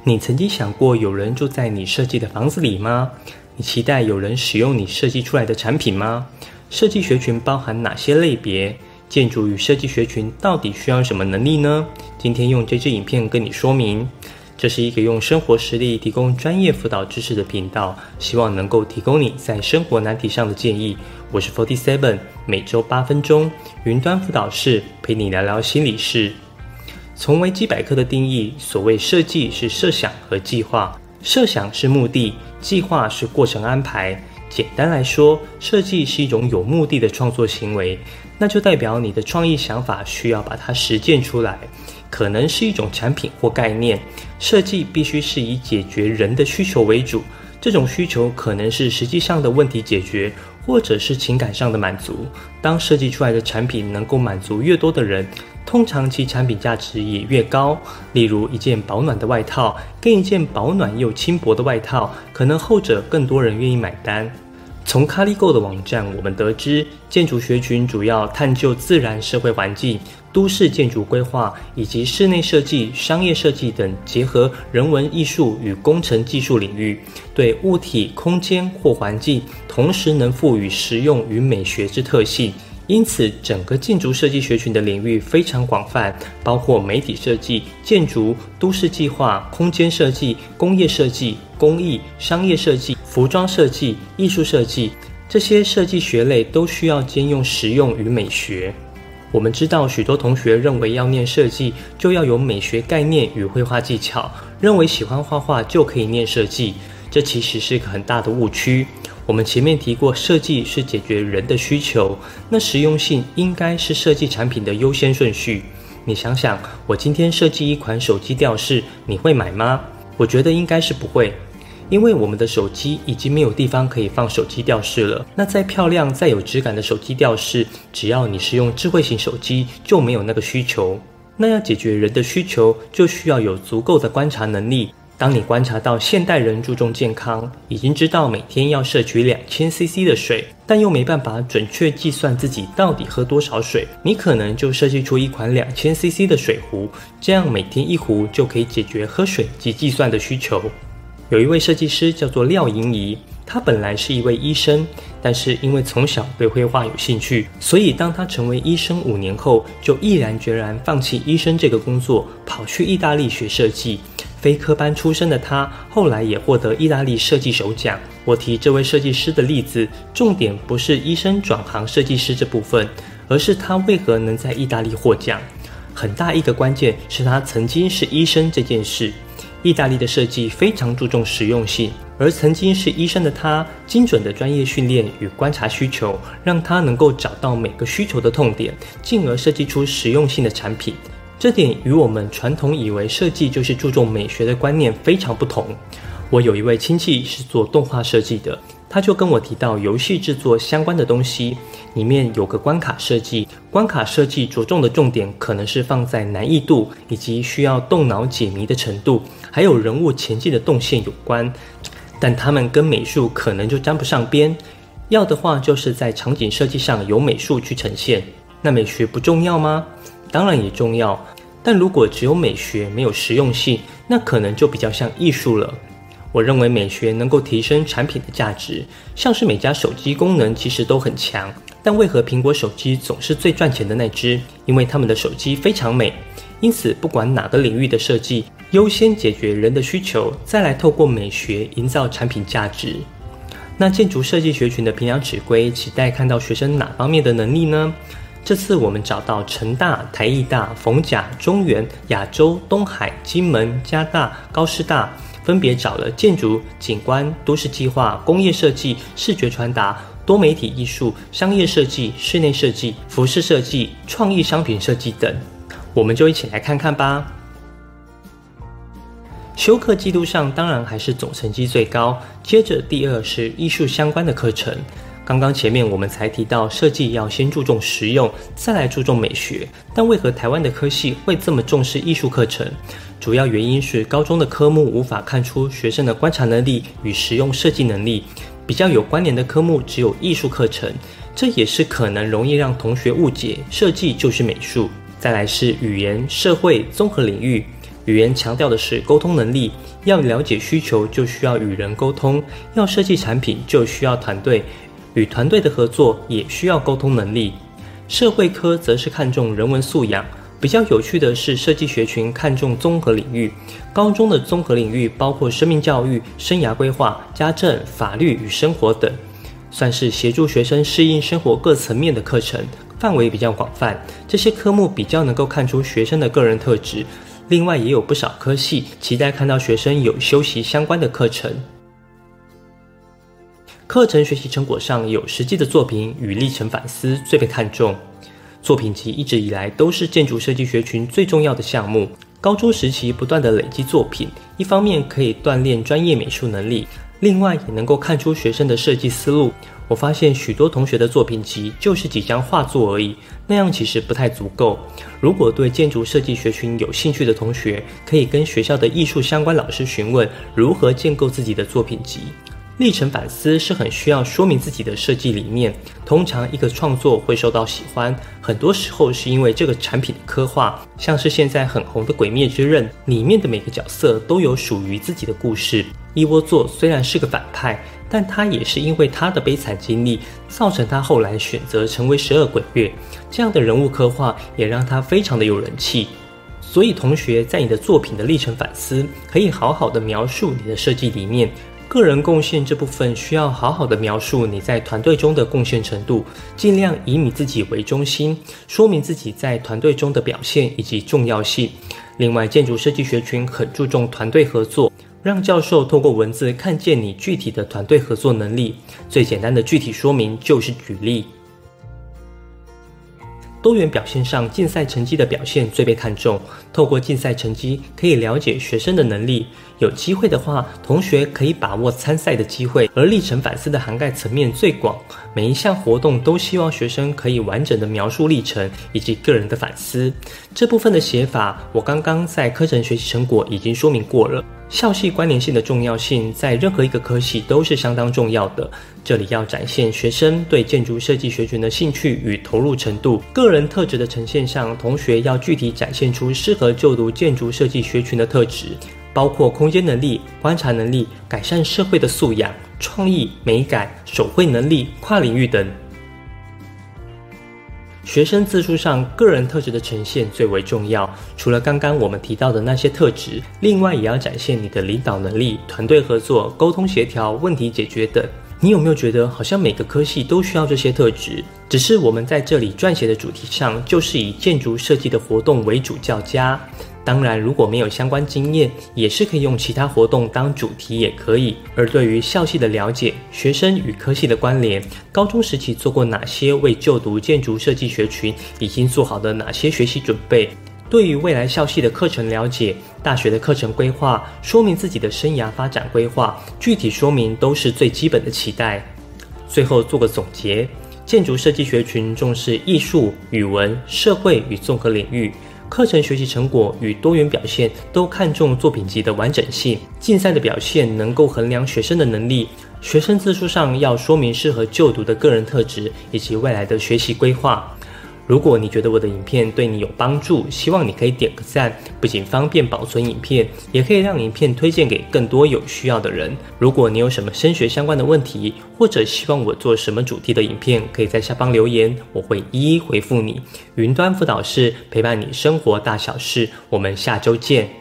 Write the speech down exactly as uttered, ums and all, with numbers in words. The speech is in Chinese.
你曾经想过有人住在你设计的房子里吗？你期待有人使用你设计出来的产品吗？设计学群包含哪些类别？建筑与设计学群到底需要什么能力呢？今天用这支影片跟你说明。这是一个用生活实例提供专业辅导知识的频道，希望能够提供你在生活难题上的建议。我是 四十七，每周八分钟，云端辅导室陪你聊聊心理事。从维基百科的定义，所谓设计是设想和计划，设想是目的，计划是过程安排。简单来说，设计是一种有目的的创作行为，那就代表你的创意想法需要把它实践出来，可能是一种产品或概念。设计必须是以解决人的需求为主，这种需求可能是实际上的问题解决，或者是情感上的满足。当设计出来的产品能够满足越多的人，通常其产品价值也越高。例如一件保暖的外套跟一件保暖又轻薄的外套，可能后者更多人愿意买单。从 Caligo 的网站我们得知，建筑学群主要探究自然社会环境、都市建筑规划以及室内设计、商业设计等结合人文艺术与工程技术领域，对物体、空间或环境同时能赋予实用与美学之特性。因此，整个建筑设计学群的领域非常广泛，包括媒体设计、建筑、都市计划、空间设计、工业设计、工艺、商业设计、服装设计、艺术设计，这些设计学类都需要兼用实用与美学。我们知道，许多同学认为要念设计就要有美学概念与绘画技巧，认为喜欢画画就可以念设计，这其实是个很大的误区。我们前面提过，设计是解决人的需求，那实用性应该是设计产品的优先顺序。你想想，我今天设计一款手机吊饰，你会买吗？我觉得应该是不会，因为我们的手机已经没有地方可以放手机吊饰了。那再漂亮、再有质感的手机吊饰，只要你是用智慧型手机，就没有那个需求。那要解决人的需求，就需要有足够的观察能力。当你观察到现代人注重健康，已经知道每天要摄取两千 C C 的水，但又没办法准确计算自己到底喝多少水，你可能就设计出一款两千 C C 的水壶，这样每天一壶就可以解决喝水及计算的需求。有一位设计师叫做廖莹仪，他本来是一位医生，但是因为从小对绘画有兴趣，所以当他成为医生五年后，就毅然决然放弃医生这个工作，跑去意大利学设计。非科班出身的他，后来也获得意大利设计首奖。我提这位设计师的例子，重点不是医生转行设计师这部分，而是他为何能在意大利获奖。很大一个关键是他曾经是医生这件事。意大利的设计非常注重实用性，而曾经是医生的他，精准的专业训练与观察需求，让他能够找到每个需求的痛点，进而设计出实用性的产品。这点与我们传统以为设计就是注重美学的观念非常不同。我有一位亲戚是做动画设计的，他就跟我提到游戏制作相关的东西，里面有个关卡设计，关卡设计着重的重点可能是放在难易度以及需要动脑解谜的程度，还有人物前进的动线有关，但他们跟美术可能就沾不上边，要的话就是在场景设计上有美术去呈现。那美学不重要吗？当然也重要，但如果只有美学没有实用性，那可能就比较像艺术了。我认为美学能够提升产品的价值，像是每家手机功能其实都很强，但为何苹果手机总是最赚钱的那只？因为他们的手机非常美。因此不管哪个领域的设计，优先解决人的需求，再来透过美学营造产品价值。那建筑设计学群的评量指规期待看到学生哪方面的能力呢？这次我们找到成大、台艺大、逢甲、中原、亚洲、东海、金门、嘉大、高师大，分别找了建筑、景观、都市计划、工业设计、视觉传达、多媒体艺术、商业设计、室内设计、服饰设计、创意商品设计等。我们就一起来看看吧。修课记录上当然还是总成绩最高，接着第二是艺术相关的课程。刚刚前面我们才提到设计要先注重实用，再来注重美学，但为何台湾的科系会这么重视艺术课程？主要原因是高中的科目无法看出学生的观察能力与实用设计能力，比较有关联的科目只有艺术课程，这也是可能容易让同学误解设计就是美术。再来是语言、社会、综合领域， 语言强调的是沟通能力，要了解需求就需要与人沟通，要设计产品就需要团队，与团队的合作也需要沟通能力。社会科则是看重人文素养，比较有趣的是设计学群看重综合领域。高中的综合领域包括生命教育、生涯规划、家政、法律与生活等，算是协助学生适应生活各层面的课程，范围比较广泛。这些科目比较能够看出学生的个人特质。另外也有不少科系期待看到学生有修习相关的课程。课程学习成果上有实际的作品与历程反思最被看重。作品集一直以来都是建筑设计学群最重要的项目。高中时期不断的累积作品，一方面可以锻炼专业美术能力，另外也能够看出学生的设计思路。我发现许多同学的作品集就是几张画作而已，那样其实不太足够。如果对建筑设计学群有兴趣的同学，可以跟学校的艺术相关老师询问如何建构自己的作品集。历程反思是很需要说明自己的设计理念。通常一个创作会受到喜欢，很多时候是因为这个产品的刻画，像是现在很红的《鬼灭之刃》里面的每个角色都有属于自己的故事。一窝座虽然是个反派，但他也是因为他的悲惨经历，造成他后来选择成为十二鬼月。这样的人物刻画也让他非常的有人气。所以同学在你的作品的历程反思，可以好好的描述你的设计理念。个人贡献这部分需要好好的描述你在团队中的贡献程度，尽量以你自己为中心，说明自己在团队中的表现以及重要性。另外，建筑设计学群很注重团队合作，让教授透过文字看见你具体的团队合作能力。最简单的具体说明就是举例。多元表现上，竞赛成绩的表现最被看重。透过竞赛成绩，可以了解学生的能力。有机会的话，同学可以把握参赛的机会。而历程反思的涵盖层面最广，每一项活动都希望学生可以完整的描述历程以及个人的反思。这部分的写法，我刚刚在课程学习成果已经说明过了。校系关联性的重要性，在任何一个科系都是相当重要的。这里要展现学生对建筑设计学群的兴趣与投入程度。个人特质的呈现上，同学要具体展现出适合就读建筑设计学群的特质，包括空间能力、观察能力、改善社会的素养、创意、美感、手绘能力、跨领域等。学生自述上个人特质的呈现最为重要，除了刚刚我们提到的那些特质，另外也要展现你的领导能力、团队合作、沟通协调、问题解决等。你有没有觉得好像每个科系都需要这些特质？只是我们在这里撰写的主题上，就是以建筑设计的活动为主较佳。当然，如果没有相关经验，也是可以用其他活动当主题也可以。而对于校系的了解、学生与科系的关联、高中时期做过哪些为就读建筑设计学群已经做好的哪些学习准备，对于未来校系的课程了解、大学的课程规划、说明自己的生涯发展规划，具体说明都是最基本的期待。最后做个总结，建筑设计学群重视艺术、语文、社会与综合领域。课程学习成果与多元表现都看重作品集的完整性，竞赛的表现能够衡量学生的能力，学生自述上要说明适合就读的个人特质以及未来的学习规划。如果你觉得我的影片对你有帮助，希望你可以点个赞，不仅方便保存影片，也可以让影片推荐给更多有需要的人。如果你有什么升学相关的问题，或者希望我做什么主题的影片，可以在下方留言，我会一一回复你。云端辅导室陪伴你生活大小事，我们下周见。